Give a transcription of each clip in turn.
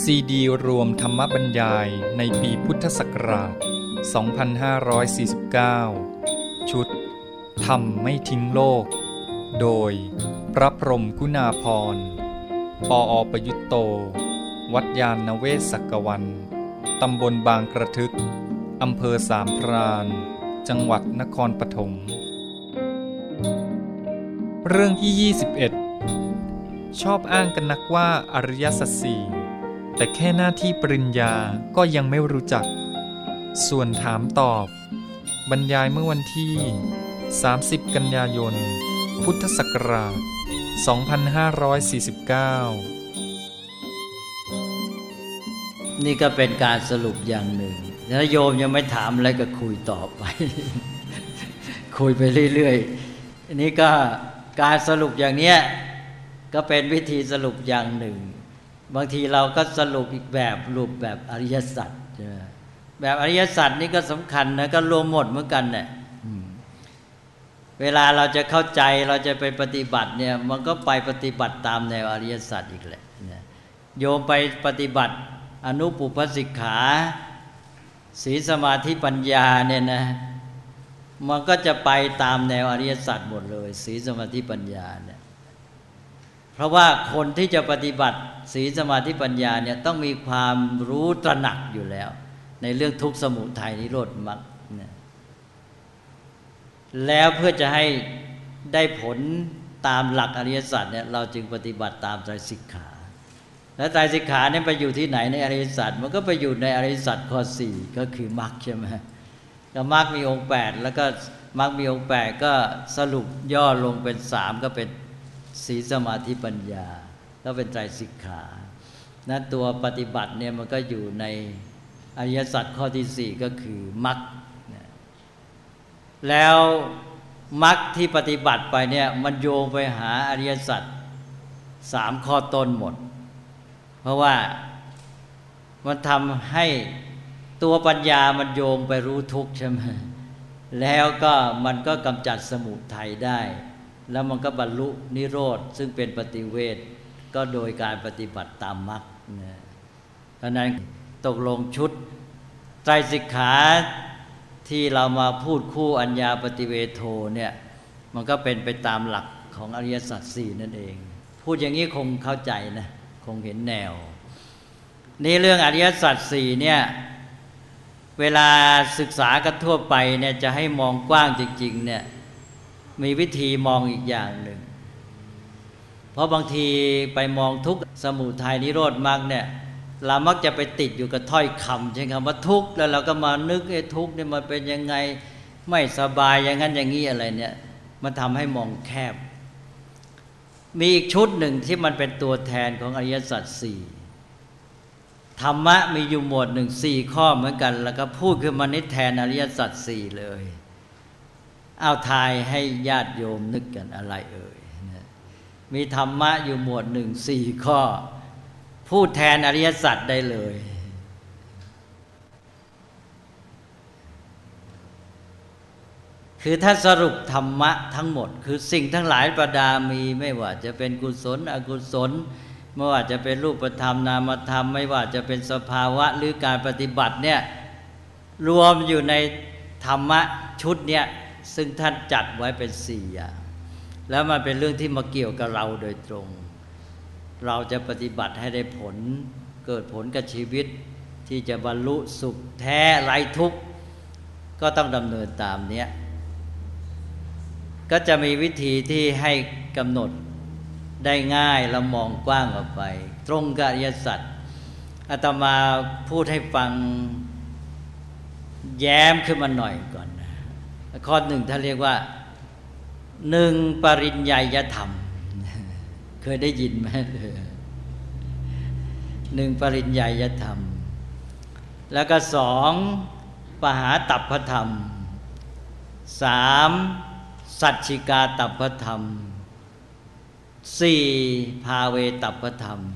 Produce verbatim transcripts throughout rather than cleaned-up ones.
ซีดีรวมธรรมบรรยายในปีพุทธศักราช สองพันห้าร้อยสี่สิบเก้า ชุด ธรรมไม่ทิ้งโลก โดยพระพรหมกุณาภรณ์ ปอ.ประยุตโต วัดยานนเวศกวัน ตำบลบางกระทึก อำเภอสามพราน จังหวัดนครปฐม เรื่องที่ ยี่สิบเอ็ด ชอบอ้างกันนักว่าอริยสัจสี่แต่แค่หน้าที่ปริญญาก็ยังไม่รู้จัก ส่วนถามตอบบรรยายเมื่อวันที่ สามสิบ กันยายน พุทธศักราช สองพันห้าร้อยสี่สิบเก้านี่ก็เป็นการสรุปอย่างหนึ่งถ้าโยมยังไม่ถามอะไรก็คุยต่อไป คุยไปเรื่อยๆอันนี้ก็การสรุปอย่างเนี้ยก็เป็นวิธีสรุปอย่างหนึ่งบางทีเราก็สรุปอีกแบบรูปแบบอริยสัจใช่ไหมแบบอริยสัจนี่ก็สำคัญนะก็รวมหมดเหมือนกันเนี่ยเวลาเราจะเข้าใจเราจะไปปฏิบัติเนี่ยมันก็ไปปฏิบัติตามแนวอริยสัจอีกแหละโยมไปปฏิบัติอนุปุพสิกขาศีลสมาธิปัญญาเนี่ยนะมันก็จะไปตามแนวอริยสัจหมดเลยศีลสมาธิปัญญาเนี่ยเพราะว่าคนที่จะปฏิบัติศีลสมาธิปัญญาเนี่ยต้องมีความรู้ตระหนักอยู่แล้วในเรื่องทุกข์สมุทัยนิโรธมรรคเนี่ยแล้วเพื่อจะให้ได้ผลตามหลักอริยสัจเนี่ยเราจึงปฏิบัติตามไตรสิกขาและไตรสิกขาเนี่ยไปอยู่ที่ไหนในอริยสัจมันก็ไปอยู่ในอริยสัจข้อสี่ก็คือมรรคใช่ไหมก็มรรคมีองค์แปดแล้วก็มรรคมีองค์แปดก็สรุปย่อลงเป็นสามก็เป็นศีลสมาธิปัญญาก็เป็นไตรสิกขานั้นตัวปฏิบัติเนี่ยมันก็อยู่ในอริยสัจข้อที่สี่ก็คือมรรคแล้วมรรคที่ปฏิบัติไปเนี่ยมันโยงไปหาอริยสัจสามข้อต้นหมดเพราะว่ามันทำให้ตัวปัญญามันโยงไปรู้ทุกข์ใช่ไหมแล้วก็มันก็กำจัดสมุทัยได้แล้วมันก็บรรลุนิโรธซึ่งเป็นปฏิเวทก็โดยการปฏิบัติตามมรรคนะเพราะนั้นตกลงชุดไตรสิกขาที่เรามาพูดคู่อัญญาปฏิเวโทเนี่ยมันก็เป็นไปตามหลักของอริยสัจสี่นั่นเองพูดอย่างนี้คงเข้าใจนะคงเห็นแนวนี่เรื่องอริยสัจสี่เนี่ยเวลาศึกษากันทั่วไปเนี่ยจะให้มองกว้างจริงๆเนี่ยมีวิธีมองอีกอย่างหนึ่งเพราะบางทีไปมองทุกข์สมุทัยนิโรธมรรคเนี่ยเรามักจะไปติดอยู่กับถ้อยคำใช่ไหมคำว่าทุกข์แล้วเราก็มานึกไอ้ทุกข์เนี่ยมันเป็นยังไงไม่สบายอย่างนั้นอย่างนี้อะไรเนี่ยมันทำให้มองแคบมีอีกชุดหนึ่งที่มันเป็นตัวแทนของอริยสัจสี่ธรรมะมีอยู่หมวดหนึ่งสี่ข้อเหมือนกันแล้วก็พูดขึ้นมานิแทนอริยสัจสี่เลยเอาทายให้ญาติโยมนึกกันอะไรเอ่ยมีธรรมะอยู่หมวดหนึ่งสี่ข้อพูดแทนอริยสัจได้เลยคือถ้าสรุปธรรมะทั้งหมดคือสิ่งทั้งหลายประดามีไม่ว่าจะเป็นกุศลอกุศลไม่ว่าจะเป็นรูปธรรมนามธรรมไม่ว่าจะเป็นสภาวะหรือการปฏิบัติเนี่ยรวมอยู่ในธรรมะชุดเนี้ยซึ่งท่านจัดไว้เป็นสี่อย่างแล้วมันเป็นเรื่องที่มาเกี่ยวกับเราโดยตรงเราจะปฏิบัติให้ได้ผลเกิดผลกับชีวิตที่จะบรรลุสุขแท้ไร้ทุกข์ก็ต้องดำเนินตามเนี้ยก็จะมีวิธีที่ให้กำหนดได้ง่ายและมองกว้างออกไปตรงกับอริยสัจอาตมาพูดให้ฟังแย้มขึ้นมาหน่อยก่อนข้อหนึ่งท่านเรียกว่าหนึ่งปริญญาธรรมเคยได้ยินไหมหนึ่งปริญญาธรรมแล้วก็สองปหาตัพพธรรมสามสัจฉิกาตัพพธรรมสี่ภาเวตัพพธรรม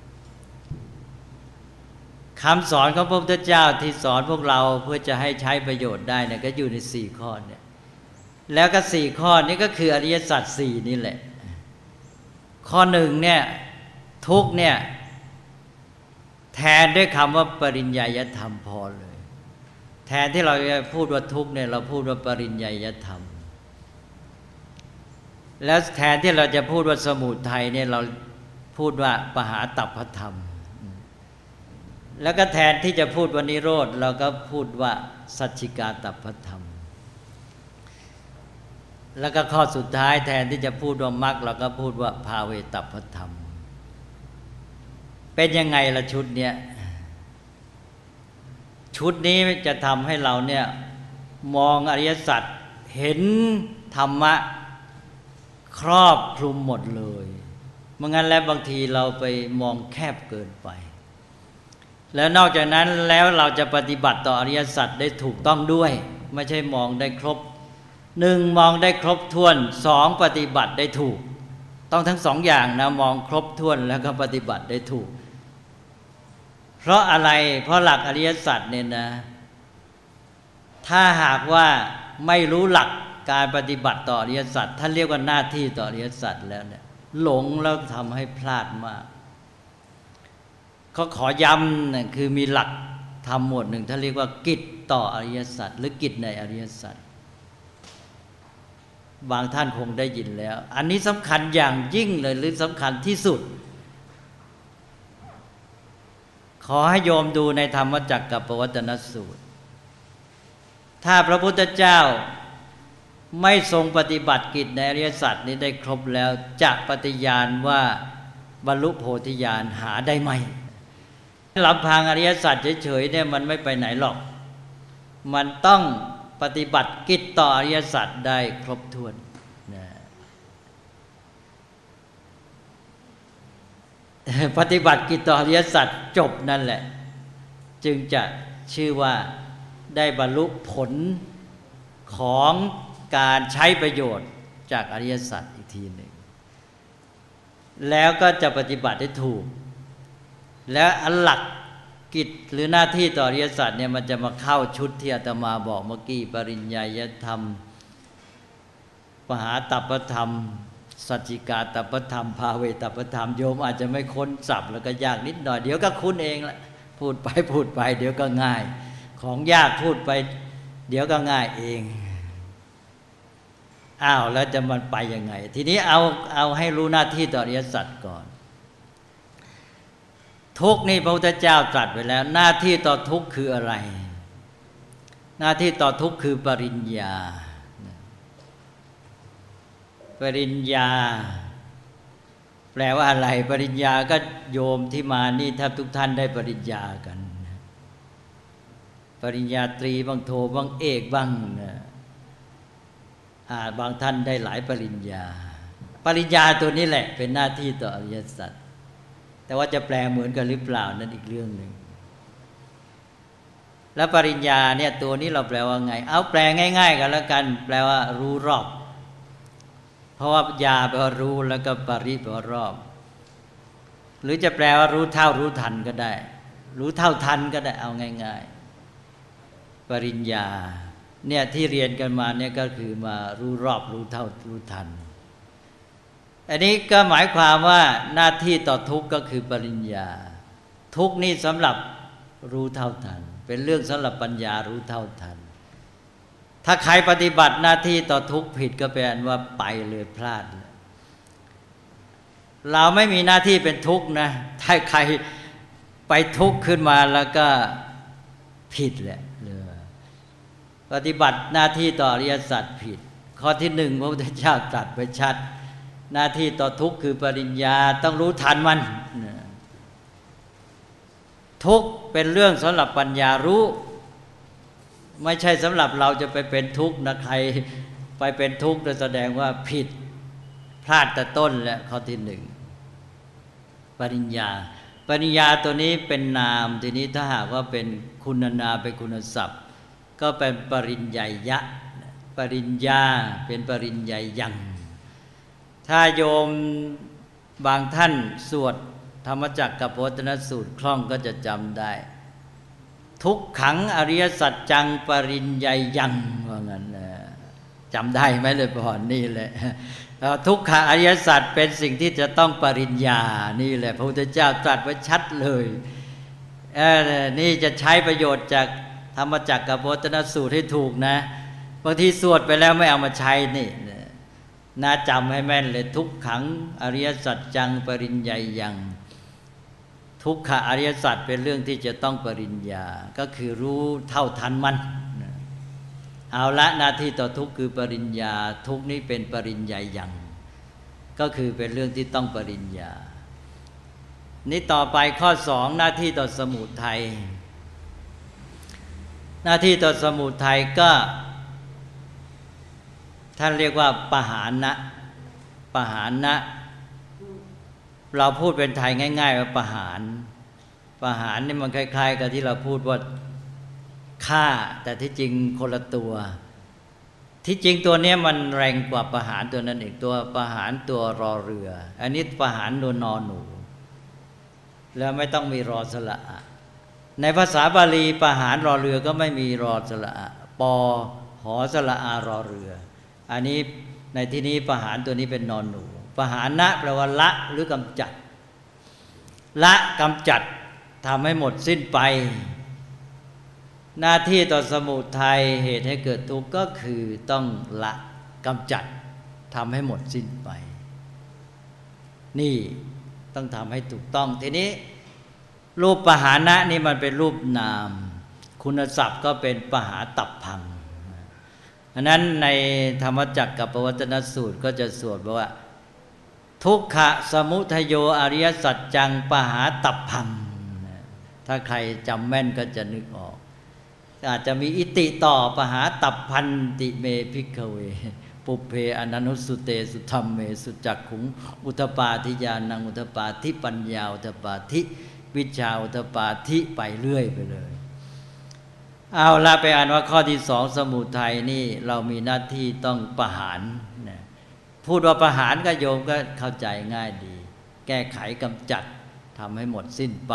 คำสอนของพระพุทธเจ้าที่สอนพวกเราเพื่อจะให้ใช้ประโยชน์ได้เนี่ยก็อยู่ในสี่ข้อเนี่ยแล้วก็สี่ข้อนี้ก็คืออริยสัจสี่นี่แหละข้อหนึ่งเนี่ยทุกข์เนี่ยแแทนด้วยคำว่าปริญญายธรรมพอเลยแทนที่เราจะพูดว่าทุกข์เนี่ยเราพูดว่าปริญญายธรรมแล้วแทนที่เราจะพูดว่าสมุทัยเนี่ยเราพูดว่าปหาตัพพธรรมแล้วก็แทนที่จะพูดว่านิโรธเราก็พูดว่าสัจฉิกาตัพพธรรมแล้วก็ข้อสุดท้ายแทนที่จะพูดว่ามรรคเราก็พูดว่าภาเวตัพพธรรมเป็นยังไงล่ะชุดเนี้ยชุดนี้จะทำให้เราเนี่ยมองอริยสัจเห็นธรรมะครอบคลุมหมดเลยเมื่องั้นแล้วบางทีเราไปมองแคบเกินไปแล้วนอกจากนั้นแล้วเราจะปฏิบัติต่ออริยสัจได้ถูกต้องด้วยไม่ใช่มองได้ครบหนึ่งมองได้ครบถ้วนสองปฏิบัติได้ถูกต้องทั้งสองอย่างนะมองครบถ้วนแล้วก็ปฏิบัติได้ถูกเพราะอะไรเพราะหลักอริยสัจเนี่ยนะถ้าหากว่าไม่รู้หลักการปฏิบัติต่ออริยสัจท่านเรียกว่าหน้าที่ต่ออริยสัจแล้วเนี่ยหลงแล้วทำให้พลาดมากเขาขอย้ำนะคือมีหลักธรรมหมวดหนึ่งท่านเรียกว่ากิจต่ออริยสัจหรือกิจในอริยสัจบางท่านคงได้ยินแล้วอันนี้สำคัญอย่างยิ่งเลยหรือสำคัญที่สุดขอให้โยมดูในธรรมจักรกับปวัตตนสูตรถ้าพระพุทธเจ้าไม่ทรงปฏิบัติกิจในอริยสัจนี้ได้ครบแล้วจะปฏิญาณว่าบรรลุโพธิญาณหาได้ไหมลำพังอริยสัจเฉยๆเนี่ยมันไม่ไปไหนหรอกมันต้องปฏิบัติกิจต่ออริยสัจได้ครบถ้วนนะปฏิบัติกิจต่ออริยสัจจบนั่นแหละจึงจะชื่อว่าได้บรรลุผลของการใช้ประโยชน์จากอริยสัจอีกทีหนึ่งแล้วก็จะปฏิบัติได้ถูกแล้วอันหลักกิจหรือหน้าที่ต่ออริยสัจเนี่ยมันจะมาเข้าชุดที่อาตมาบอกเมื่อกี้ปริญญายธรรมปหาตัพพธรรมสัจจิกาตัพพธรรมภาเวตัพพธรรมโยมอาจจะไม่ค้นศัพท์แล้วก็ยากนิดหน่อยเดี๋ยวก็คุ้นเองละพูดไปพูดไปเดี๋ยวก็ง่ายของยากพูดไปเดี๋ยวก็ง่ายเองอ้าวแล้วจะมันไปยังไงทีนี้เอาเอาให้รู้หน้าที่ต่ออริยสัจก่อนทุกข์นี่พระพุทธเจ้าตรัสไว้แล้วหน้าที่ต่อทุกข์คืออะไรหน้าที่ต่อทุกข์คือปริญญาปริญญาแปลว่าอะไรปริญญาก็โยมที่มานี่แทบทุกท่านได้ปริญญากันปริญญาตรีบางโทบางเอกบ้างนะอ่าบางท่านได้หลายปริญญาปริญญาตัวนี้แหละเป็นหน้าที่ต่ออริยสัจแต่ว่าจะแปลเหมือนกันหรือเปล่านั่นอีกเรื่องหนึ่งแล้วปริญญาเนี่ยตัวนี้เราแปลว่าไงเอาแปลง่ายๆกันแล้วกันแปลว่ารู้รอบเพราะว่าญาแปลว่ารู้แล้วก็ปริแปลว่ารอบหรือจะแปลว่ารู้เท่ารู้ทันก็ได้รู้เท่าทันก็ได้เอาง่ายๆปริญญาเนี่ยที่เรียนกันมาเนี่ยก็คือมารู้รอบรู้เท่ารู้ทันอันนี้ก็หมายความว่าหน้าที่ต่อทุกข์ก็คือปริญญาทุกข์นี่สำหรับรู้เท่าทันเป็นเรื่องสำหรับปัญญารู้เท่าทันถ้าใครปฏิบัติหน้าที่ต่อทุกข์ผิดก็แปลว่าไปเลยพลาดเลยเราไม่มีหน้าที่เป็นทุกข์นะถ้าใครไปทุกข์ขึ้นมาแล้วก็ผิดแหละปฏิบัติหน้าที่ต่ออริยสัจผิดข้อที่หนึ่งพระพุทธเจ้าตรัสไว้ชัดหน้าที่ต่อทุกข์คือปริญญาต้องรู้ทันมันทุกข์เป็นเรื่องสำหรับปัญญารู้ไม่ใช่สำหรับเราจะไปเป็นทุกข์นะใครไปเป็นทุกข์จะแสดงว่าผิดพลาดแต่ต้นและข้อที่หนึ่งปริญญาปริญญาตัวนี้เป็นนามทีนี้ถ้าหากว่าเป็นคุณนามเป็นคุณศัพท์ก็เป็นปริญญายะปริญญาเป็นปริญญายังถ้าโยมบางท่านสวดธรรมจักรกับปวัตตนสูตรคล่องก็จะจำได้ทุกขังอริยสัจจังปริญญายังว่างั้นจำได้ไหมเลยพอนี่แหละทุกขังอริยสัจเป็นสิ่งที่จะต้องปริญญานี่แหละพระพุทธเจ้าตรัสไว้ชัดเลยเออนี่จะใช้ประโยชน์จากธรรมจักรกับวัฒนสูตรให้ถูกนะบางทีสวดไปแล้วไม่เอามาใช้นี่น่าจำให้แม่นเลยทุกขังอริยสัจจังปริญญายังทุกขะอริยสัจเป็นเรื่องที่จะต้องปริญญาก็คือรู้เท่าทันมันเอาละหน้าที่ต่อทุกคือปริญญาทุกนี้เป็นปริญญายังก็คือเป็นเรื่องที่ต้องปริญญานี่ต่อไปข้อสองหน้าที่ต่อสมุทัยหน้าที่ต่อสมุทัยก็ท่านเรียกว่าปหานะปหานะเราพูดเป็นไทยง่ายๆว่าปหารปหารนี่มันคล้ายๆกับที่เราพูดว่าฆ่าแต่ที่จริงคนละตัวที่จริงตัวนี้มันแรงกว่าปหารตัวนั้นอีกตัวปหารตัวรอเรืออันนี้ปหารตัวนอหนูแล้วไม่ต้องมีรอสระอะในภาษาบาลีปหารรอเรือก็ไม่มีรอสระอะปอหอสระอารอเรืออันนี้ในที่นี้ปหารตัวนี้เป็นนอนหนูปหานะแปลว่าละหรือกำจัดละกำจัดทำให้หมดสิ้นไปหน้าที่ต่อสมุทัยเหตุให้เกิดทุกข์ก็คือต้องละกำจัดทำให้หมดสิ้นไปนี่ต้องทำให้ถูกต้องทีนี้รูปปหานะนี่มันเป็นรูปนามคุณศัพท์ก็เป็นปหาตัพพังอันนั้นในธรรมจักรกับปวัตตนสูตรก็จะสวดบอกว่าทุกขะสมุทัยโยอริยสัจจังปหาตัพพังถ้าใครจำแม่นก็จะนึกออกอาจจะมีอิติต่อปหาตัพพันติเมภิกขเวปุเพอนันุสุเตสุธรรมเมสุจักขุงอุทปาทิญาณังอุทปาทิปัญญาอุทปาทิวิชาอุทปาทิไปเรื่อยไปเลยเอาละไปอ่านว่าข้อที่สองสมุทัยนี่เรามีหน้าที่ต้องปหารนะพูดว่าปหารก็โยมก็เข้าใจง่ายดีแก้ไขกำจัดทำให้หมดสิ้นไป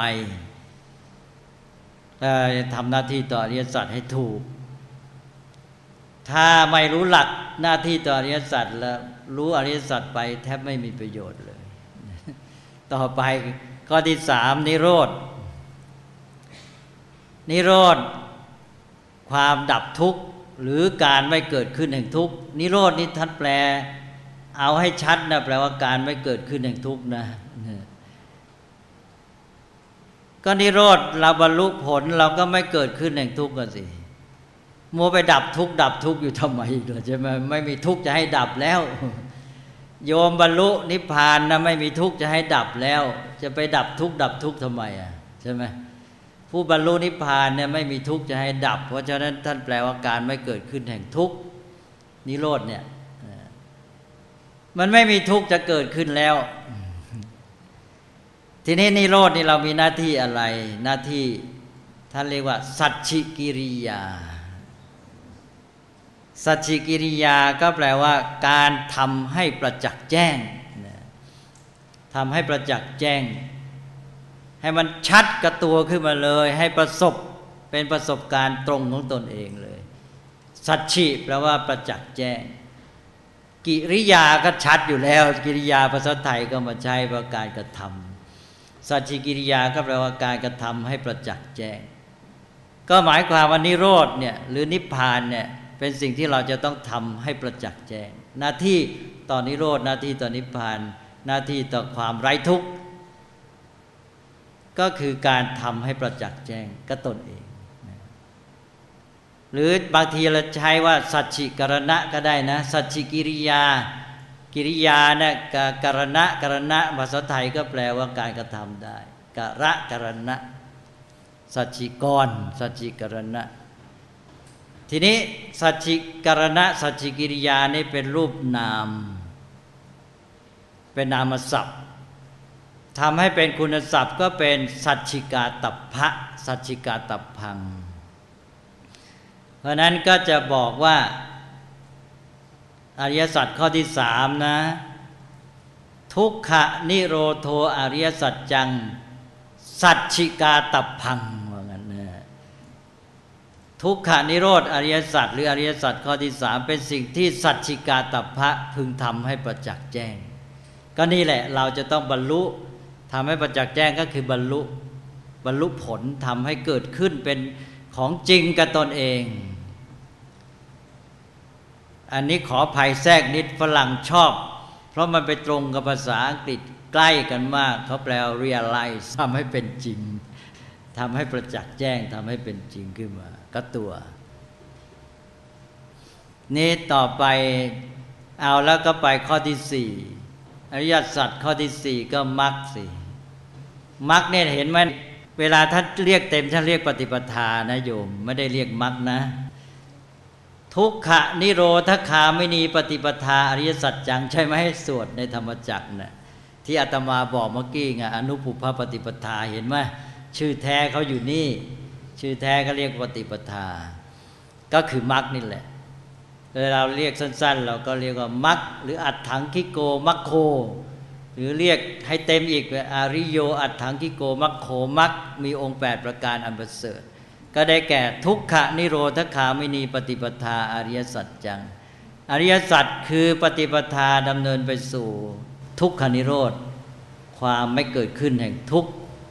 ทำหน้าที่ต่ออริยสัจให้ถูกถ้าไม่รู้หลักหน้าที่ต่ออริยสัจแล้วรู้อริยสัจไปแทบไม่มีประโยชน์เลยต่อไปข้อที่สามนิโรธนิโรธความดับทุกข์หรือการไม่เกิดขึ้นแห่งทุกข์นิโรธนี่ท่านแปลเอาให้ชัดนะแปลว่าการไม่เกิดขึ้นแห่งทุกข์นะก็นิโรธเราบรรลุผลเราก็ไม่เกิดขึ้นแห่งทุกข์กันสิมัวไปดับทุกข์ดับทุกข์อยู่ทำไมล่ะใช่ไหมไม่มีทุกข์จะให้ดับแล้วโยมบรรลุนิพพานนะไม่มีทุกข์จะให้ดับแล้วจะไปดับทุกข์ดับทุกข์ทำไมอ่ะใช่ไหมผู้บรรลุนิพพานเนี่ยไม่มีทุกข์จะให้ดับเพราะฉะนั้นท่านแปลว่าการไม่เกิดขึ้นแห่งทุกข์นิโรธเนี่ยมันไม่มีทุกข์จะเกิดขึ้นแล้วทีนี้นิโรธนี่เรามีหน้าที่อะไรหน้าที่ท่านเรียกว่าสัจฉิกิริยาสัจฉิกิริยาก็แปลว่าการทำให้ประจักษ์แจ้งทำให้ประจักษ์แจ้งให้มันชัดกับตัวขึ้นมาเลยให้ประสบเป็นประสบการณ์ตรงของตนเองเลยสัจฉิแปลว่าประจักษ์แจ้งกิริยาก็ชัดอยู่แล้วกิริยาภาษาไทยก็มาใช้ว่าการกระทำสัจฉิกิริยาก็แปลว่าการกระทำให้ประจักษ์แจ้งก็หมายความว่านิโรธเนี่ยหรือนิพพานเนี่ยเป็นสิ่งที่เราจะต้องทำให้ประจักษ์แจ้งหน้าที่ต่อนิโรธหน้าที่ต่อนิพพานหน้าที่ต่อความไร้ทุกข์ก็คือการทำให้ประจักษ์แจ้งกับตนเองหรือบางทีเราใช้ว่าสัจฉิกรณะก็ได้นะสัจฉิกิริยากิริยาเนี่ยกรณะกรณะภาษาไทยก็แปลว่าการกระทำได้กระกรณะสัจฉิกรสัจฉิกรณะทีนี้สัจฉิกรณะสัจฉิกิริยานี่เป็นรูปนามเป็นนามศัพท์ทำให้เป็นคุณศัพท์ก็เป็นสัจฉิกาตัพพะสัจฉิกาตัพพังเพราะนั้นก็จะบอกว่าอริยสัจข้อที่สามนะทุกขะนิโรโธอริยสัจจังสัจฉิกาตัพพังว่างั้นนะทุกขะนิโรธอริยสัจหรืออริยสัจข้อที่สามเป็นสิ่งที่สัจฉิกาตัพพะพึงทำให้ประจักษ์แจ้งก็นี่แหละเราจะต้องบรรลุทำให้ประจักษ์แจ้งก็คือบรรลุบรรลุผลทำให้เกิดขึ้นเป็นของจริงกับตนเองอันนี้ขออภัยแทรกนิดฝรั่งชอบเพราะมันไปตรงกับภาษาอังกฤษใกล้กันมากเขาแปลว่า realize ทำให้เป็นจริงทำให้ประจักษ์แจ้งทำให้เป็นจริงขึ้นมาก็ตัวนี้ต่อไปเอาแล้วก็ไปข้อที่สี่อริยสัจข้อที่สี่ก็มรรคสี่มรรคเนี่ยเห็นไหมเวลาท่านเรียกเต็มท่านเรียกปฏิปทานะโยมไม่ได้เรียกมรรคนะทุกขะนิโรธคามินีปฏิปทาอริยสัจจังใช่ไหมให้สวดในธรรมจักรนะที่อาตมาบอกเมื่อกี้ไงอนุปุพพปฏิปทาเห็นไหมชื่อแท้เขาอยู่นี่ชื่อแท้ก็เรียกปฏิปทาก็คือมรรคนี่แหละเราเรียกสั้นๆเราก็เรียกว่ามรรคหรืออัตถังคิโกมัคโคหรือเรียกให้เต็มอีกว่าอริโยอัตถังคิโกมัคโคมรรคมีองค์แปดประการอันประเสริฐก็ได้แก่ทุกขนิโรธคามินีปฏิปทาอริยสัจจังอริยสัจคือปฏิปทาดำเนินไปสู่ทุกขนิโรธความไม่เกิดขึ้นแห่งทุกข์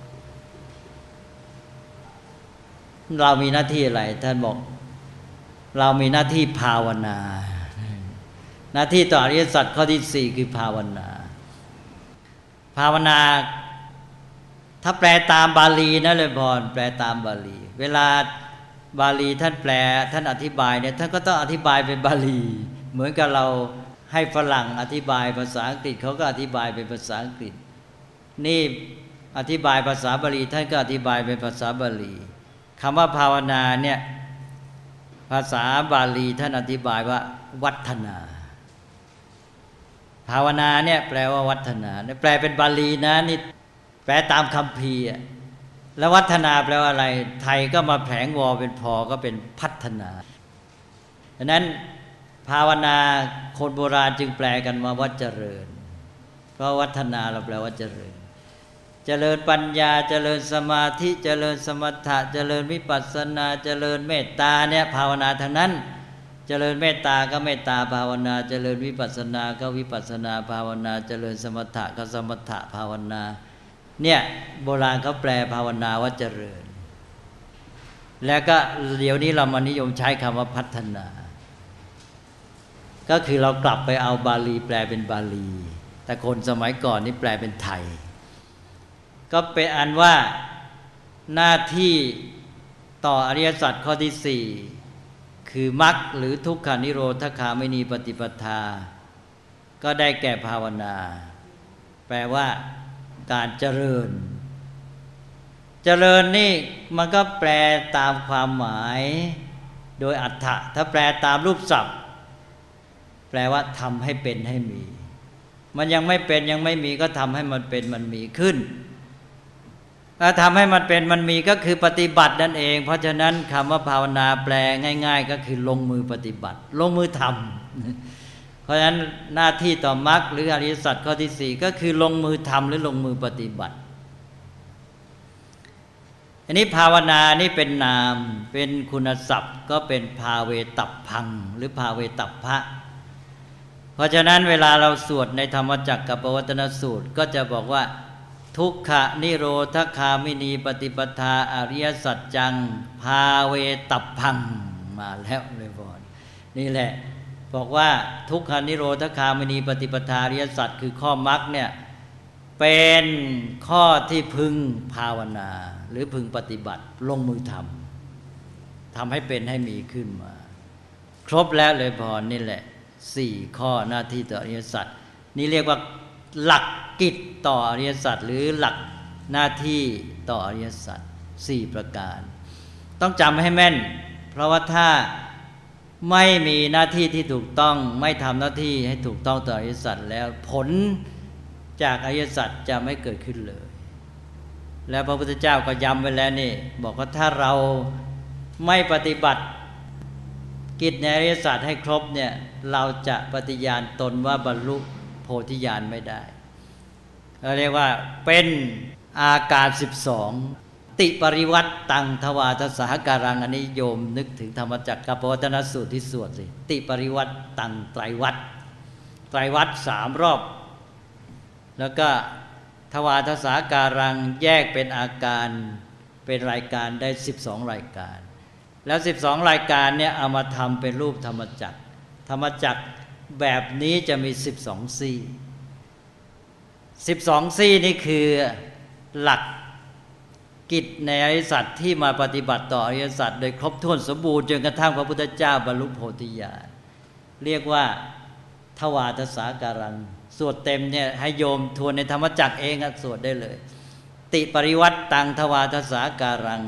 เรามีหน้าที่อะไรท่านบอกเรามีหน้าที่ภาวนาหน้าที่ต่ออริยสัจข้อที่สี่คือภาวนาภาวนาถ้าแปลตามบาลีนะเลยพรแปลตามบาลีเวลาบาลีท่านแปลท่านอธิบายเนี่ยท่านก็ต้องอธิบายเป็นบาลีเหมือนกับเราให้ฝรั่งอธิบายภาษาอังกฤษเขาก็อธิบายเป็นภาษาอังกฤษนี่อธิบายภาษาบาลีท่านก็อธิบายเป็นภาษาบาลีคำว่าภาวนาเนี่ยภาษาบาลีท่านอธิบายว่าวัฒนาภาวนาเนี่ยแปลว่าวัฒนาแปลเป็นบาลีนะนี่แปลตามคัมภีร์แล้ววัฒนาแปลว่าอะไรไทยก็มาแผลงวอเป็นพอก็เป็นพัฒนาดังนั้นภาวนาคนโบราณจึงแปลกันมาว่าเจริญเพราะวัฒนาเราแปลว่าเจริญเจริญปัญญาเจริญสมาธิเจริญสมถะเจริญวิปัสสนาเจริญเมตตาเนี่ยภาวนาทั้งนั้นเจริญเมตตาก็เมตตาภาวนาเจริญวิปัสสนาก็วิปัสสนาภาวนาเจริญสมถะก็สมถะภาวนาเนี่ยโบราณเขาแปลภาวนาว่าเจริญแล้วก็เดี๋ยวนี้เรามานิยมใช้คำว่าพัฒนาก็คือเรากลับไปเอาบาลีแปลเป็นบาลีแต่คนสมัยก่อนนี่แปลเป็นไทยก็เป็นอันว่าหน้าที่ต่ออริยสัจข้อที่สี่คือมรรคหรือทุกขานิโรธคามินีปฏิปทาก็ได้แก่ภาวนาแปลว่าการเจริญเจริญนี่มันก็แปลตามความหมายโดยอรรถะถ้าแปลตามรูปศัพท์แปลว่าทำให้เป็นให้มีมันยังไม่เป็นยังไม่มีก็ทำให้มันเป็นมันมีขึ้นถ้าทำให้มันเป็นมันมีก็คือปฏิบัตินั่นเองเพราะฉะนั้นคำว่าภาวนาแปลง่ายๆก็คือลงมือปฏิบัติลงมือทำเพราะฉะนั้นหน้าที่ต่อมรรคหรืออริยสัจข้อที่สี่ก็คือลงมือทำหรือลงมือปฏิบัติอันนี้ภาวนานี่เป็นนามเป็นคุณศัพท์ก็เป็นภาเวตัพพังหรือภาเวตัพพะเพราะฉะนั้นเวลาเราสวดในธรรมจักรกับปวัตตนสูตรก็จะบอกว่าทุกขนิโรธคามินีปฏิปทาอริยสัจจังภาเวตัพพังมาแล้วเลยบอนนี่แหละบอกว่าทุกขนิโรธคามินีปฏิปทาอริยสัจคือข้อมรรคเนี่ยเป็นข้อที่พึงภาวนาหรือพึงปฏิบัติลงมือทำทำให้เป็นให้มีขึ้นมาครบแล้วเลยพรนี่แหละสี่ข้อหน้าที่ต่ออริยสัจนี่เรียกว่าหลักกิจต่ออริยสัจหรือหลักหน้าที่ต่ออริยสัจสี่ประการต้องจำให้แม่นเพราะว่าถ้าไม่มีหน้าที่ที่ถูกต้องไม่ทำหน้าที่ให้ถูกต้องต่ออริยสัจแล้วผลจากอริยสัจจะไม่เกิดขึ้นเลยแล้วพระพุทธเจ้าก็ย้ำไว้แล้วนี่บอกว่าถ้าเราไม่ปฏิบัติกิจในอริยสัจให้ครบเนี่ยเราจะปฏิญาณตนว่าบรรลุโพธิญาณไม่ได้เราเรียกว่าเป็นอาการสิบสองติปริวัตตังทวาทสหการังอันนี้โยมนึกถึงธรรมจักรกับปวัตตนสูตรที่สวดสิติปริวัตตังไตรวัตไตรวัตสามรอบแล้วก็ทวาทสหการังแยกเป็นอาการเป็นรายการได้สิบสองรายการแล้วสิบสองรายการเนี่ยเอามาทำเป็นรูปธรรมจักรธรรมจักรแบบนี้จะมีสิบสองซี่สิบสองซี่นี่คือหลักกิจในอริยสัจที่มาปฏิบัติต่ออริยสัจโดยครบถ้วนสมบูรณ์จนกระทั่งพระพุทธเจ้าบรรลุโพธิญาณเรียกว่าทวารทสาการังสวดเต็มเนี่ยให้โยมทวนในธรรมจักรเองสวดได้เลยติปริวัตตังทวารทสาการัง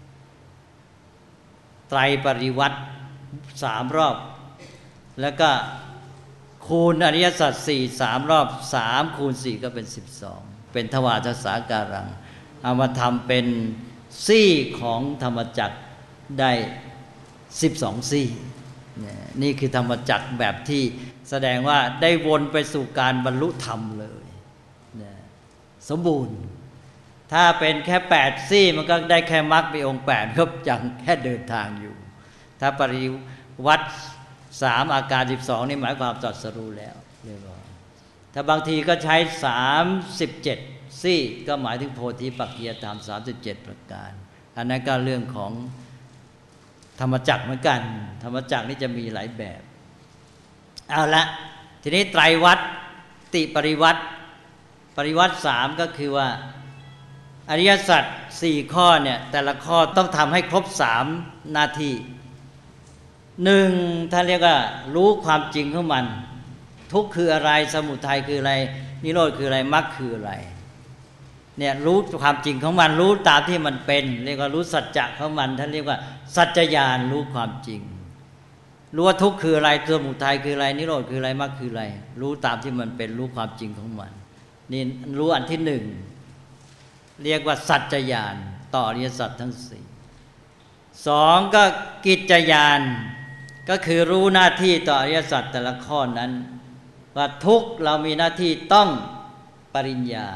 ไตรปริวัติสามรอบแล้วก็คูณอริยสัจสี่สามรอบสามคูณสี่ก็เป็นสิบสองเป็นทวารทสาการังเอามาทำเป็นซี่ของธรรมจักรได้สิบสองซี่นี่คือธรรมจักรแบบที่แสดงว่าได้วนไปสู่การบรรลุธรรมเลยสมบูรณ์ถ้าเป็นแค่แปดซี่มันก็ได้แค่มรรคมีองค์แปดก็ยังแค่เดินทางอยู่ถ้าปริวัติสามอาการสิบสองนี่หมายความตรัสรู้แล้วเรียบร้อยถ้าบางทีก็ใช้สามสิบเจ็ดซี่ก็หมายถึงโพธิปักขิยธรรมสามสิบเจ็ดประการอันนั้นก็เรื่องของธรรมจักรเหมือนกันธรรมจักรนี่จะมีหลายแบบเอาละทีนี้ไตรวัตรติปริวัติปริวัติสามก็คือว่าอริยสัจสี่ข้อเนี่ยแต่ละข้อต้องทำให้ครบสามหน้าที่หนึ่งท่านเรียกว่ารู้ความจริงของมันทุกข์คืออะไรสมุทัยคืออะไรนิโรธคืออะไรมรรคคืออะไรเนี่ยรู้ความจริงของมันรู้ตามที่มันเป็นเรียกว่ารู้สัจจะของมันท่านเรียกว่าสัจจญาณรู้ความจริงรู้ว่าทุกข์คืออะไรสมุทัยคืออะไรนิโรธคืออะไรมรรคคืออะไรรู้ตามที่มันเป็นรู้ความจริงของมันนี่รู้อันที่หนึ่งเรียกว่าสัจจญาณต่ออริยสัจทั้งสี่สองก็กิจญาณก็คือรู้หน้าที่ต่ออริยสัจแต่ละข้อนั้นว่าทุกเรามีหน้าที่ต้องปริญญา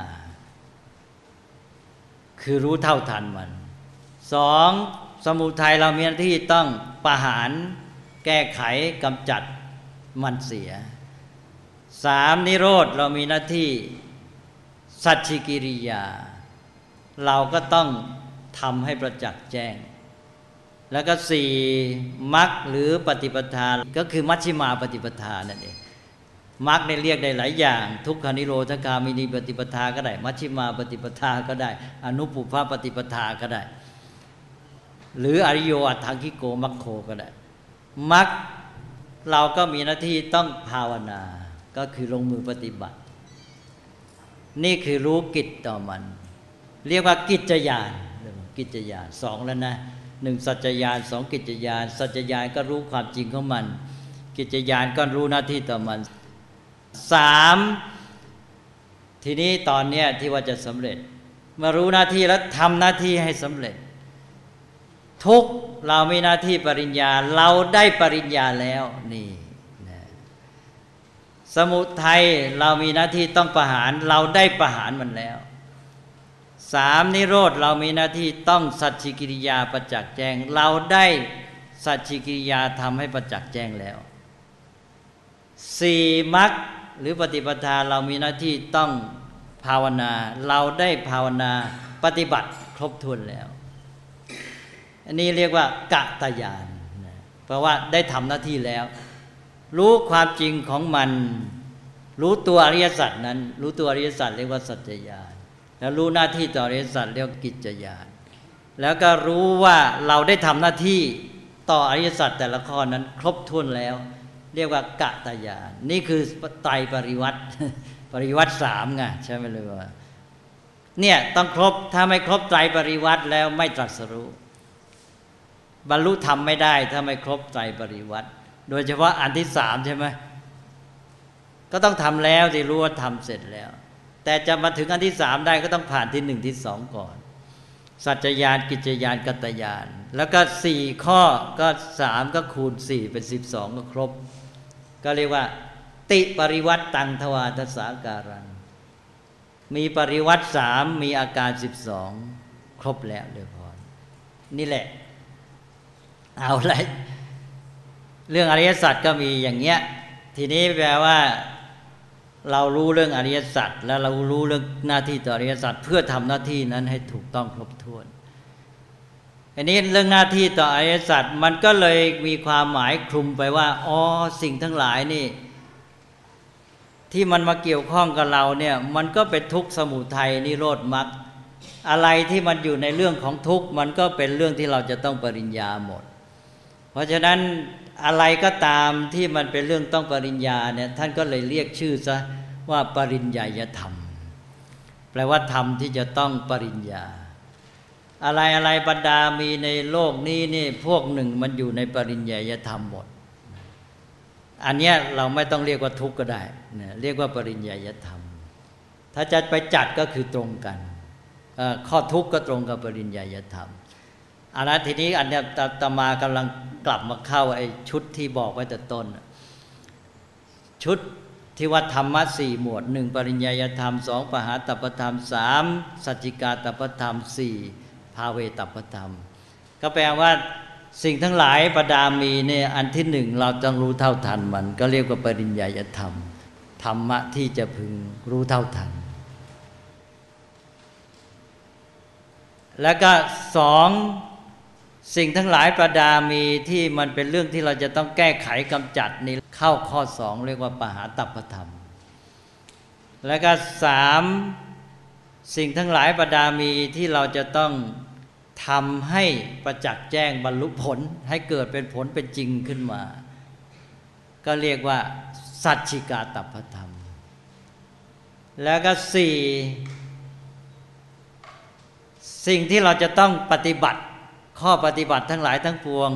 คือรู้เท่าทันมันสองสมุทัยเรามีหน้าที่ต้องประหารแก้ไขกำจัดมันเสียสามนิโรธเรามีหน้าที่สัจฉิกิริยาเราก็ต้องทำให้ประจักษ์แจ้งแล้วก็สี่มรรคหรือปฏิปทาก็คือมัชฌิมาปฏิปทานั่นเองมรรคเนี่ยเรียกได้หลายอย่างทุกขานิโรธคามินีปฏิปทาก็ได้มัชฌิมาปฏิปทาก็ได้อนุปุพพปฏิปทาก็ได้หรืออริโยอัตถังคิโกมัคโคก็ได้มรรคเราก็มีหน้าที่ต้องภาวนาก็คือลงมือปฏิบัตินี่คือรู้กิจต่อมันเรียกว่ากิจญาณกิจญาณสองแล้วนะหนึ่งสัจจญาณสองกิจญาณสัจจญาณก็รู้ความจริงของมันกิจญาณก็รู้หน้าที่ต่อมันสามทีนี้ตอนเนี้ยที่ว่าจะสำเร็จมารู้หน้าที่แล้วทำหน้าที่ให้สำเร็จทุกเรามีหน้าที่ปริญญาเราได้ปริญญาแล้วนี่นะสมุทัยเรามีหน้าที่ต้องประหารเราได้ประหารมันแล้วสามนิโรธเรามีหน้าที่ต้องสัจฉิกิริยาประจักษ์แจ้งเราได้สัจฉิกิริยาทำให้ประจักษ์แจ้งแล้วสี่มรรคหรือปฏิปทาเรามีหน้าที่ต้องภาวนาเราได้ภาวนาปฏิบัติครบถ้วนแล้วอันนี้เรียกว่ากตญาณเพราะว่าได้ทำหน้าที่แล้วรู้ความจริงของมันรู้ตัวอริยสัจนั้นรู้ตัวอริยสัจเรียกว่าสัจจญาณแล้วรู้หน้าที่ต่ออริยสัจเรียกกิจญาณแล้วก็รู้ว่าเราได้ทำหน้าที่ต่ออริยสัจแต่ละข้อนั้นครบถ้วนแล้วเรียกว่ากตญาณนี่คือไตรปริวัติปริวัติสามไงใช่ไหมเลยว่าเนี่ยต้องครบถ้าไม่ครบไตรปริวัติแล้วไม่ตรัสรู้บรรลุธรรมไม่ได้ถ้าไม่ครบไตรปริวัติโดยเฉพาะอันที่สามใช่ไหมก็ต้องทำแล้วที่รู้ว่าทำเสร็จแล้วแต่จะมาถึงอันที่สามได้ก็ต้องผ่านที่หนึ่งที่สองก่อนสัจจญาณกิจญาณกตญาณแล้วก็สี่ข้อก็สามก็คูณสี่เป็นสิบสองก็ครบก็เรียกว่าติปริวัติตังทวารทสาการังมีปริวัติสามมีอาการสิบสองครบแล้วเลยพอนี่แหละเอาเลยเรื่องอริยสัจก็มีอย่างเงี้ยทีนี้แปลว่าเรารู้เรื่องอริยสัจแล้วเรารู้เรื่องหน้าที่ต่ออริยสัจเพื่อทำหน้าที่นั้นให้ถูกต้องครบถ้วนอันนี้เรื่องหน้าที่ต่ออริยสัจมันก็เลยมีความหมายคลุมไปว่าอ๋อสิ่งทั้งหลายนี่ที่มันมาเกี่ยวข้องกับเราเนี่ยมันก็เป็นทุกข์สมุทัยนิโรธมรรคอะไรที่มันอยู่ในเรื่องของทุกข์มันก็เป็นเรื่องที่เราจะต้องปริญญาหมดเพราะฉะนั้นอะไรก็ตามที่มันเป็นเรื่องต้องปริญญาเนี่ยท่านก็เลยเรียกชื่อซะว่าปริญญาธรรมแปลว่าธรรมที่จะต้องปริญญาอะไรอะไรบรรดามีในโลกนี้นี่พวกหนึ่งมันอยู่ในปริญญาธรรมหมดอันเนี้ยเราไม่ต้องเรียกว่าทุกข์ก็ได้นะเรียกว่าปริญญาธรรมถ้าจะไปจัดก็คือตรงกันข้อทุกข์ก็ตรงกับปริญญาธรรมอันนั้นทีนี้อันเนี้ยตมากำลังกลับมาเข้าไอ้ชุดที่บอกไว้แต่ต้นชุดที่ว่าธรรมะสี่หมวดหนึ่งปริญญาธรรมสองปหาตัปปธรรมสามสัจจิกาตัปปธรรมสี่ภาเวตัปปธรรมก็แปลว่าสิ่งทั้งหลายประดามีเนี่ยอันที่หนึ่งเราต้องรู้เท่าทันมันก็เรียกว่าปริญญาธรรมธรรมะที่จะพึงรู้เท่าทันแล้วก็สองสิ่งทั้งหลายประดามีที่มันเป็นเรื่องที่เราจะต้องแก้ไขกำจัดนี่เข้าข้อสองเรียกว่าปหาตัปปธรรมแล้วก็สามสิ่งทั้งหลายประดามีที่เราจะต้องทำให้ประจักษ์แจ้งบรรลุผลให้เกิดเป็นผลเป็นจริงขึ้นมาก็เรียกว่าสัจฉิกาตัปปธรรมแล้วก็สี่สิ่งที่เราจะต้องปฏิบัติข้อปฏิบัติทั้งหลายทั้งปวง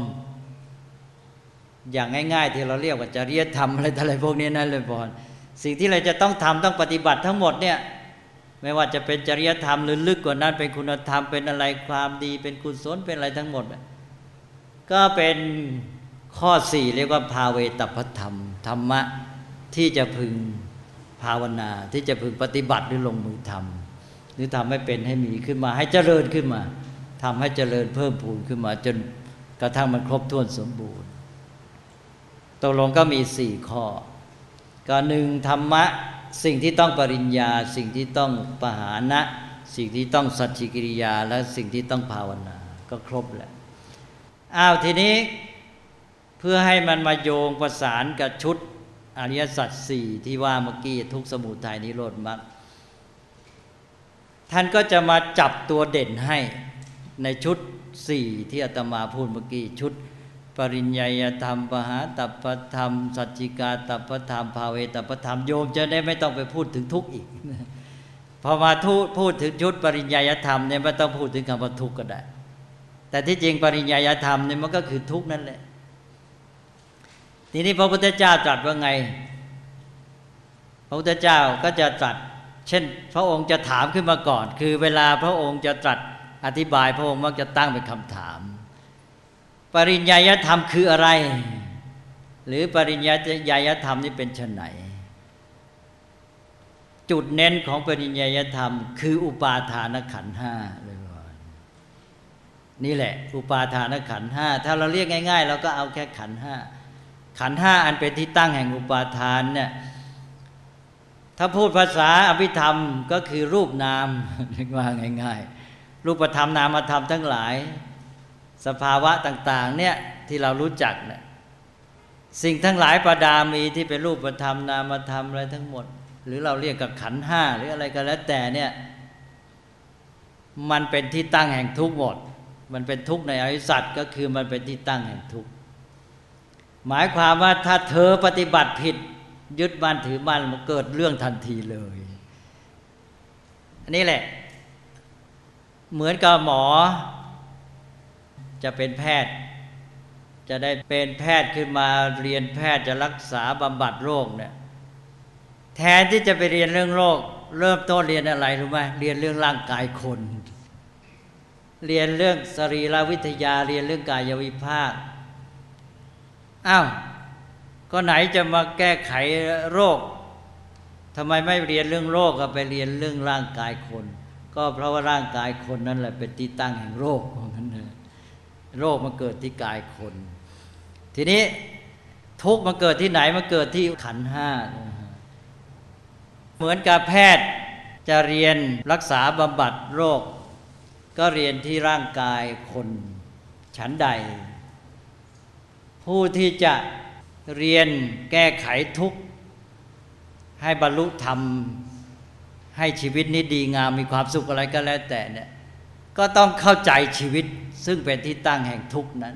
อย่างง่ายๆที่เราเรียกว่าจริยธรรมอะไรอะไรพวกนี้นั่นเลยพอสิ่งที่เราจะต้องทำต้องปฏิบัติทั้งหมดเนี่ยไม่ว่าจะเป็นจริยธรรมหรือลึกกว่านั้นเป็นคุณธรรมเป็นอะไรความดีเป็นกุศลเป็นอะไรทั้งหมดก็เป็นข้อสี่เรียกว่าภาเวตัปปธรรมธรรมะที่จะพึงภาวนาที่จะพึงปฏิบัติหรือลงมือทำหรือทำให้เป็นให้มีขึ้นมาให้เจริญขึ้นมาทำให้เจริญเพิ่มพูนขึ้นมาจนกระทั่งมันครบถ้วนสมบูรณ์ตกลงก็มีสี่ข้อก็หนึ่งธรรมะสิ่งที่ต้องปริญญาสิ่งที่ต้องปหานะสิ่งที่ต้องสัจฉิกิริยาและสิ่งที่ต้องภาวนาก็ครบแล้วอ้าวทีนี้เพื่อให้มันมาโยงประสานกับชุดอริยสัจสี่ที่ว่าเมื่อกี้ทุกข์สมุทัยนิโรธมรรคท่านก็จะมาจับตัวเด่นให้ในชุดสี่ที่อาตมาพูดเมื่อกี้ชุดปริญญาธรรมปหาตัปปธรรมสัจจิกาตัปปธรรมภาเวตัปปธรรมโยมจะได้ไม่ต้องไปพูดถึงทุกข์อีกพอมาพูดถึงชุดปริญญาธรรมเนี่ยไม่ต้องพูดถึงคำว่าทุกข์ก็ได้แต่ที่จริงปริญญาธรรมเนี่ยมันก็คือทุกข์นั่นแหละทีนี้พระพุทธเจ้าตรัสว่าไงพระพุทธเจ้าก็จะตรัสเช่นพระองค์จะถามขึ้นมาก่อนคือเวลาพระองค์จะตรัสอธิบายพระองค์มักจะตั้งเป็นคำถามปริญญาธรรมคืออะไรหรือปริญญาธรรมนี่เป็นไฉนจุดเน้นของปริญญาธรรมคืออุปาทานขันธ์ห้าเลยนี่แหละอุปาทานขันธ์ห้าถ้าเราเรียกง่ายๆเราก็เอาแค่ขันธ์ห้าขันธ์ห้าอันเป็นที่ตั้งแห่งอุปาทานเนี่ยถ้าพูดภาษาอภิธรรมก็คือรูปนามเรียกว่าง่ายๆรูปธรรมนามธรรมทั้งหลายสภาวะต่างๆเนี่ยที่เรารู้จักเนี่ยสิ่งทั้งหลายประดามีที่เป็นรูปธรรมนามธรรมอะไรทั้งหมดหรือเราเรียกกับขันธ์ห้าหรืออะไรก็แล้วแต่เนี่ยมันเป็นที่ตั้งแห่งทุกข์หมดมันเป็นทุกข์ในอริยสัจก็คือมันเป็นที่ตั้งแห่งทุกข์หมายความว่าถ้าเธอปฏิบัติผิดยึดมั่นถือมั่นมันเกิดเรื่องทันทีเลยอันนี้แหละเหมือนกับหมอจะเป็นแพทย์จะได้เป็นแพทย์ขึ้นมาเรียนแพทย์จะรักษาบำบัดโรคเนี่ยแทนที่จะไปเรียนเรื่องโรคเริ่มต้นเรียนอะไรรู้ไหมเรียนเรื่องร่างกายคนเรียนเรื่องสรีรวิทยาเรียนเรื่องกายวิภาคอ้าวก็ไหนจะมาแก้ไขโรคทำไมไม่เรียนเรื่องโรคก็ไปเรียนเรื่องร่างกายคนก็เพราะว่าร่างกายคนนั่นแหละเป็นที่ตั้งแห่งโรคของนั้นเลยโรคมันเกิดที่กายคนทีนี้ทุกข์มันเกิดที่ไหนมันเกิดที่ขันธ์ห้าเหมือนกับแพทย์จะเรียนรักษาบำบัดโรคก็เรียนที่ร่างกายคนฉันใดผู้ที่จะเรียนแก้ไขทุกข์ให้บรรลุธรรมให้ชีวิตนี้ดีงามมีความสุขอะไรก็แล้วแต่เนี่ยก็ต้องเข้าใจชีวิตซึ่งเป็นที่ตั้งแห่งทุกข์นั้น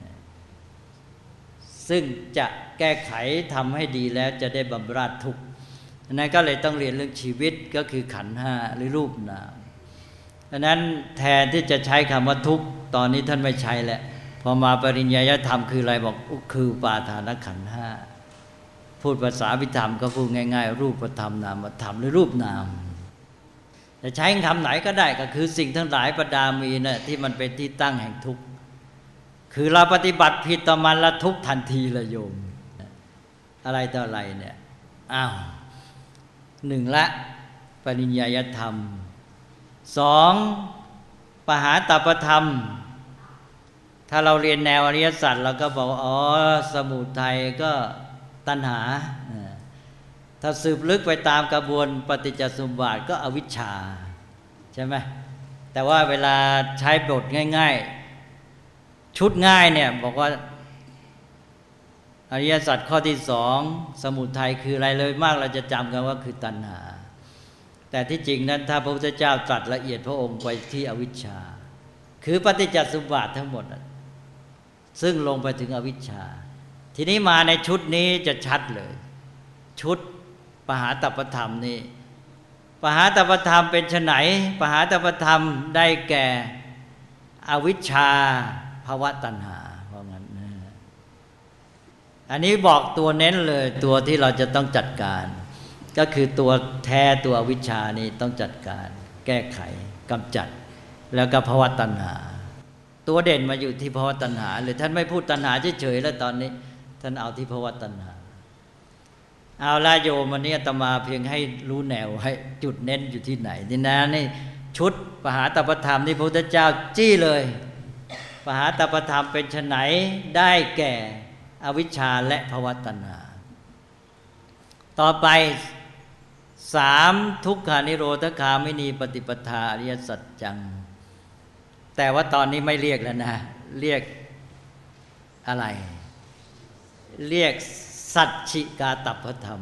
ซึ่งจะแก้ไขทำให้ดีแล้วจะได้บำราดทุกข์นั้นก็เลยต้องเรียนเรื่องชีวิตก็คือขันธ์ห้าหรือรูปนามดังนั้นแทนที่จะใช้คำว่าทุกข์ตอนนี้ท่านไม่ใช้แล้วพอมาปริญญาธรรมคืออะไรบอกคืออุปาทานขันธ์ห้าพูดภาษาวิธรรมก็พูดง่ายๆรูปธรรมนามธรรมหรือรูปนามจะใช้คำไหนก็ได้ก็คือสิ่งทั้งหลายประดามีนะที่มันเป็นที่ตั้งแห่งทุกข์คือเราปฏิบัติผิดต่อมันละทุกทันทีละโยมอะไรต่ออะไรเนี่ยอ้าวหนึ่งละปริญญาธรรมสองปหาตปธรรมถ้าเราเรียนแนวอริยสัจเราก็บอกอ๋อสมุทัยก็ตัณหาถ้าสืบลึกไปตามกระบวนปฏิจจสมุปบาทก็อวิชชาใช่ไหมแต่ว่าเวลาใช้บทง่ายๆชุดง่ายเนี่ยบอกว่าอริยสัจข้อที่สองสมุทัยคืออะไรเลยมากเราจะจำกันว่าคือตัณหาแต่ที่จริงนั้นถ้าพระพุทธเจ้าตรัสละเอียดพระองค์ไปที่อวิชชาคือปฏิจจสมุปบาททั้งหมดซึ่งลงไปถึงอวิชชาทีนี้มาในชุดนี้จะชัดเลยชุดปหาตปธรรมนี่ปหาตปธรรมเป็นไฉนปหาตปธรรมได้แก่อวิชชาภวตัณหาเพราะงั้นอันนี้บอกตัวเน้นเลยตัวที่เราจะต้องจัดการก็คือตัวแท้ตัวอวิชชานี่ต้องจัดการแก้ไขกำจัดแล้วก็ภวตัณหาตัวเด่นมาอยู่ที่ภวตัณหาเลยท่านไม่พูดตัณหาเฉยๆแล้วตอนนี้ท่านเอาที่ภวตัณหาเอาละโยมวันนี้อาตมาเพียงให้รู้แนวให้จุดเน้นอยู่ที่ไหนนี่นะนี่ชุดปหาตปธรรมที่พระพุทธเจ้าจี้เลยปหาตปธรรมเป็นไฉนได้แก่อวิชชาและภวตัณหาต่อไปสามทุกขานิโรธคามินีปฏิปทาอริยสัจจังแต่ว่าตอนนี้ไม่เรียกแล้วนะเรียกอะไรเรียกสัจฉิกาตัพพธรรม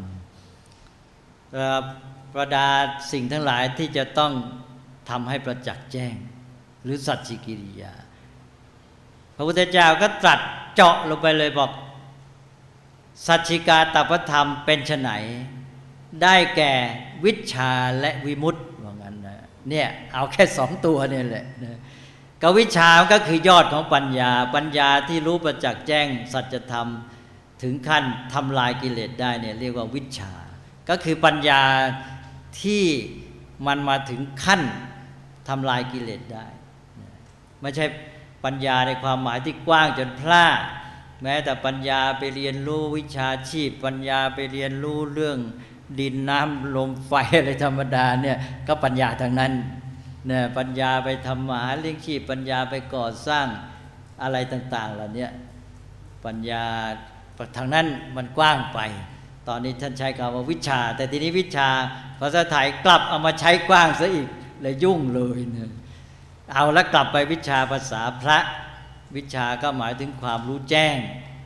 ประดาสิ่งทั้งหลายที่จะต้องทำให้ประจักษ์แจ้งหรือสัจฉิกิริยาพระพุทธเจ้าก็ตรัสเจาะลงไปเลยบอกสัจฉิกาตัพพธรรมเป็นไฉนได้แก่วิชชาและวิมุตติว่างั้นนะเนี่ยเอาแค่สองตัวนี่แหละกวิชชาก็คือยอดของปัญญาปัญญาที่รู้ประจักษ์แจ้งสัจธรรมถึงขั้นทำลายกิเลสได้เนี่ยเรียกว่าวิชชาก็คือปัญญาที่มันมาถึงขั้นทำลายกิเลสได้ไม่ใช่ปัญญาในความหมายที่กว้างจนพลาดแม้แต่ปัญญาไปเรียนรู้วิชาชีพปัญญาไปเรียนรู้เรื่องดินน้ำลมไฟอะไรธรรมดาเนี่ยก็ปัญญาทางนั้นเนี่ยปัญญาไปทำมาหาเลี้ยงชีพปัญญาไปก่อสร้างอะไรต่างๆเหล่านี้ปัญญาทางนั้นมันกว้างไปตอนนี้ท่านใช้คำว่าวิชาแต่ทีนี้วิชาภาษาไทยกลับเอามาใช้กว้างซะอีกเลยยุ่งเลยเนี่ยเอาแล้วกลับไปวิชาภาษาพระวิชาก็หมายถึงความรู้แจ้ง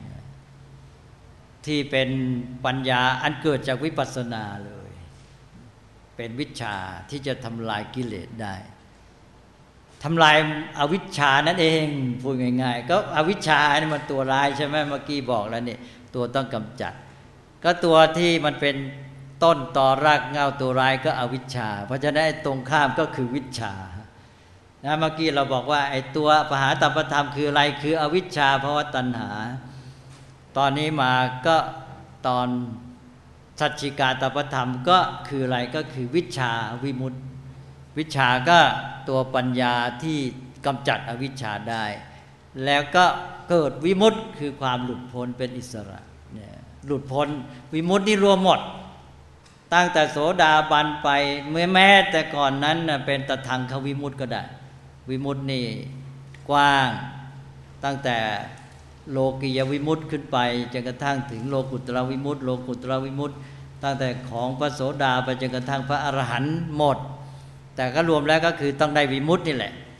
ที่เป็นปัญญาอันเกิดจากวิปัสสนาเลยเป็นวิชาที่จะทำลายกิเลสได้ทำลายอวิชชานั่นเองพูดง่ายๆก็อวิชชานี่มันตัวร้ายใช่ไหมเมื่อกี้บอกแล้วเนี่ยตัวต้องกำจัดก็ตัวที่มันเป็นต้นตอรากเหง้าตัวร้ายก็อวิชชาเพราะฉะนั้นตรงข้ามก็คือวิชชานะเมื่อกี้เราบอกว่าไอ้ตัวปหาตัพพธรรมคืออะไรคืออวิชชาภวตัณหาตอนนี้มาก็ตอนสัจฉิกาตัพพธรรมก็คืออะไรก็คือวิชชาวิมุตติวิชาก็ตัวปัญญาที่กำจัดอวิชชาได้แล้วก็เกิดวิมุตติคือความหลุดพ้นเป็นอิสระเนี่ยหลุดพ้นวิมุตตินี่รวมหมดตั้งแต่โสดาบันไปแม้แต่ก่อนนั้นเป็นตทังควิมุตติก็ได้วิมุตตินี่กว้างตั้งแต่โลกียวิมุตติขึ้นไปจนกระทั่งถึงโลกุตตรวิมุตติโลกุตตรวิมุตติตั้งแต่ของพระโสดาไปจนกระทั่งพระอรหันต์หมดแต่ก็รวมแล้วก็คือต้องได้วิมุตตินี่แหละ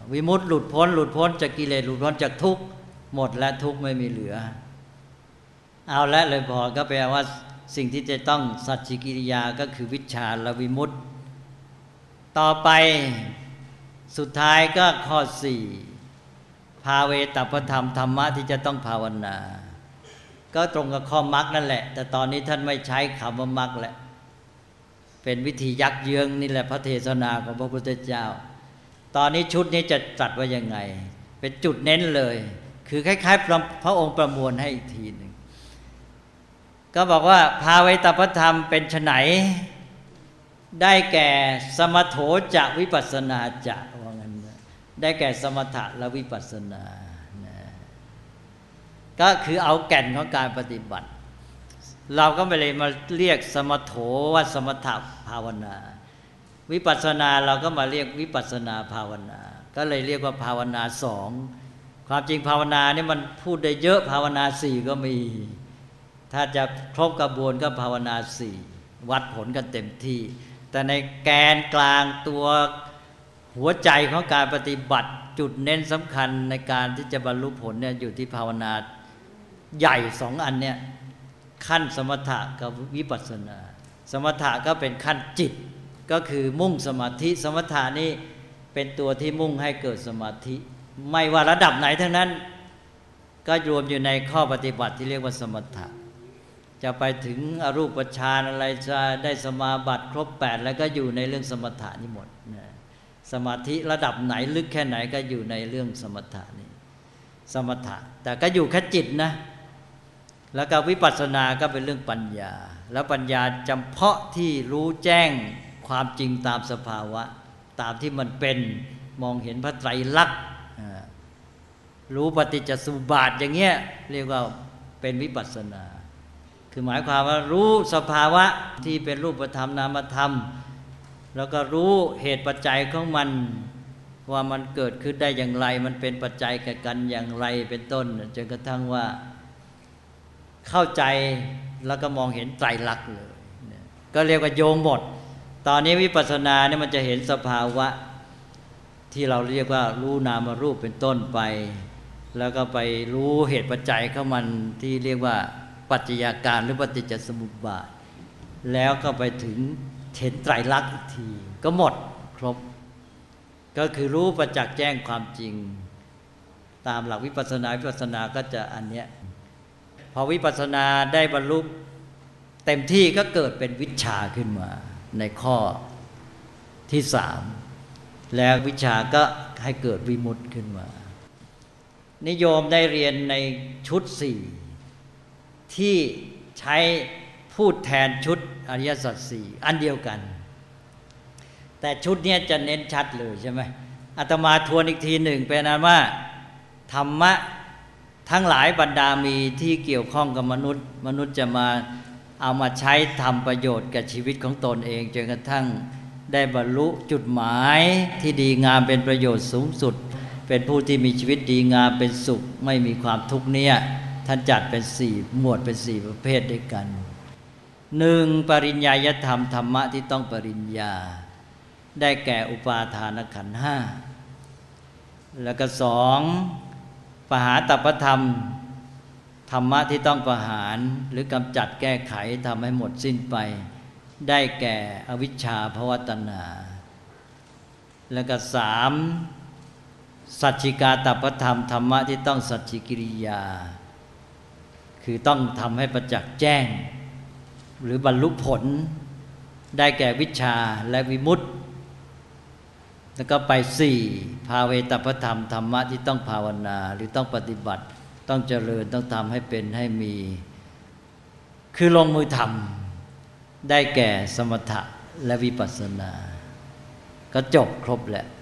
วิมุตติหลุดพ้นหลุดพ้นจากกิเลสหลุดพ้นจากทุกข์หมดและทุกข์ไม่มีเหลือเอาละเลยพอก็แปลว่าสิ่งที่จะต้องสัจฉิกิริยาก็คือวิชชาและวิมุตติต่อไปสุดท้ายก็ข้อสี่ภาเวตปธรรมธรรมะที่จะต้องภาวนาก็ตรงกับข้อมรรคนั่นแหละแต่ตอนนี้ท่านไม่ใช้คำว่ามรรคแล้วเป็นวิธียักเยื้องนี่แหละพระเทศนาของพระพุทธเจ้าตอนนี้ชุดนี้จะจัดว่ายังไงเป็นจุดเน้นเลยคือคล้ายๆพระองค์ประมวลให้อีกทีหนึ่งก็บอกว่าภาเวตปธรรมเป็นไฉนได้แก่สมโถจะวิปัสสนาจะว่างั้นได้แก่สมถะและวิปัสสนานะก็คือเอาแก่นของการปฏิบัติเราก็ไม่เลยมาเรียกสมโถว่าสมถะภาวนาวิปัสสนาเราก็มาเรียกวิปัสสนาภาวนาก็เลยเรียกว่าภาวนาสองความจริงภาวนานี่มันพูดได้เยอะภาวนาสี่ก็มีถ้าจะครบกระบวนก็ภาวนาสี่วัดผลกันเต็มที่แต่ในแกนกลางตัวหัวใจของการปฏิบัติจุดเน้นสำคัญในการที่จะบรรลุผลเนี่ยอยู่ที่ภาวนาใหญ่สองอันเนี่ยขั้นสมถะกับวิปัสสนาสมถะก็เป็นขั้นจิตก็คือมุ่งสมาธิสมถะนี่เป็นตัวที่มุ่งให้เกิดสมาธิไม่ว่าระดับไหนทั้งนั้นก็รวมอยู่ในข้อปฏิบัติที่เรียกว่าสมถะจะไปถึงอรูปฌานอะไรจะได้สมาบัติครบแปดแล้วก็อยู่ในเรื่องสมถะนี่หมดนะสมาธิระดับไหนลึกแค่ไหนก็อยู่ในเรื่องสมถะนี่สมถะแต่ก็อยู่แค่จิตนะแล้วก็วิปัสสนาก็เป็นเรื่องปัญญาแล้วปัญญาจำเพาะที่รู้แจ้งความจริงตามสภาวะตามที่มันเป็นมองเห็นพระไตรลักษณ์รู้ปฏิจจสมุปบาทอย่างเงี้ยเรียกว่าเป็นวิปัสสนาคือหมายความว่ารู้สภาวะที่เป็นรูปธรรมนามธรรมแล้วก็รู้เหตุปัจจัยของมันว่ามันเกิดขึ้นได้อย่างไรมันเป็นปัจจัยแก่กันอย่างไรเป็นต้นจนกระทั่งว่าเข้าใจแล้วก็มองเห็นไตรลักษณ์เลยก็เรียกว่าโยงหมดตอนนี้วิปัสสนาเนี่ยมันจะเห็นสภาวะที่เราเรียกว่ารู้นามรูปเป็นต้นไปแล้วก็ไปรู้เหตุปัจจัยของมันที่เรียกว่าปัจจัยการหรือปฏิจจสมุปบาทแล้วก็ไปถึงเห็นไตรลักษณ์อีกทีก็หมดครบก็คือรู้ประจักษ์แจ้งความจริงตามหลักวิปัสสนาวิปัสสนาก็จะอันเนี้ยพอวิปัสสนาได้บรรลุเต็มที่ก็เกิดเป็นวิชชาขึ้นมาในข้อที่สามแล้ววิชชาก็ให้เกิดวิมุตติขึ้นมานิยมได้เรียนในชุดสี่ที่ใช้พูดแทนชุดอริยสัจสี่อันเดียวกันแต่ชุดนี้จะเน้นชัดเลยใช่ไหมอาตมาทวนอีกทีหนึ่งเป็นนั้นว่าธรรมะทั้งหลายบรรดามีที่เกี่ยวข้องกับมนุษย์มนุษย์จะมาเอามาใช้ทำประโยชน์กับชีวิตของตนเองจนกระทั่งได้บรรลุจุดหมายที่ดีงามเป็นประโยชน์สูงสุดเป็นผู้ที่มีชีวิตดีงามเป็นสุขไม่มีความทุกข์เนี่ยท่านจัดเป็นสี่หมวดเป็นสี่ประเภทด้วยกันหนึ่งปริญญายธรรมธรรมะที่ต้องปริญญาได้แก่อุปาทานขันธ์ห้าแล้วก็สองปหาตัปปธรรมธรรมะที่ต้องประหารหรือกำจัดแก้ไขทำให้หมดสิ้นไปได้แก่อวิชชาภวตัณหาแล้วก็สามสัจฉิกาตัปปธรรมธรรมะที่ต้องสัจฉิกิริยาคือต้องทำให้ประจักษ์แจ้งหรือบรรลุผลได้แก่วิชชาและวิมุตติแล้วก็ไปสี่ภาเวตปธรรมธรรมะที่ต้องภาวนาหรือต้องปฏิบัติต้องเจริญต้องทำให้เป็นให้มีคือลงมือทำได้แก่สมถะและวิปัสสนาก็จบครบแหละ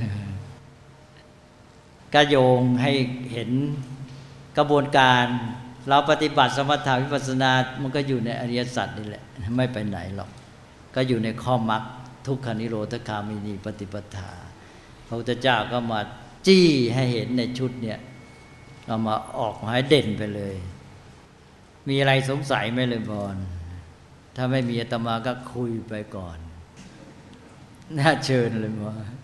ก็โยงให้เห็นกระบวนการเราปฏิบัติสมถะวิปัสสนามันก็อยู่ในอริยสัจนี่แหละไม่ไปไหนหรอกก็อยู่ในข้อมรรคทุกขนิโรธคามินีปฏิปทาพระพุทธเจ้าก็มาจี้ให้เห็นในชุดเนี่ยเอามาออกมาให้เด่นไปเลยมีอะไรสงสัยไหมเลยบอลถ้าไม่มีอาตมาก็คุยไปก่อนน่าเชิญเลยบอล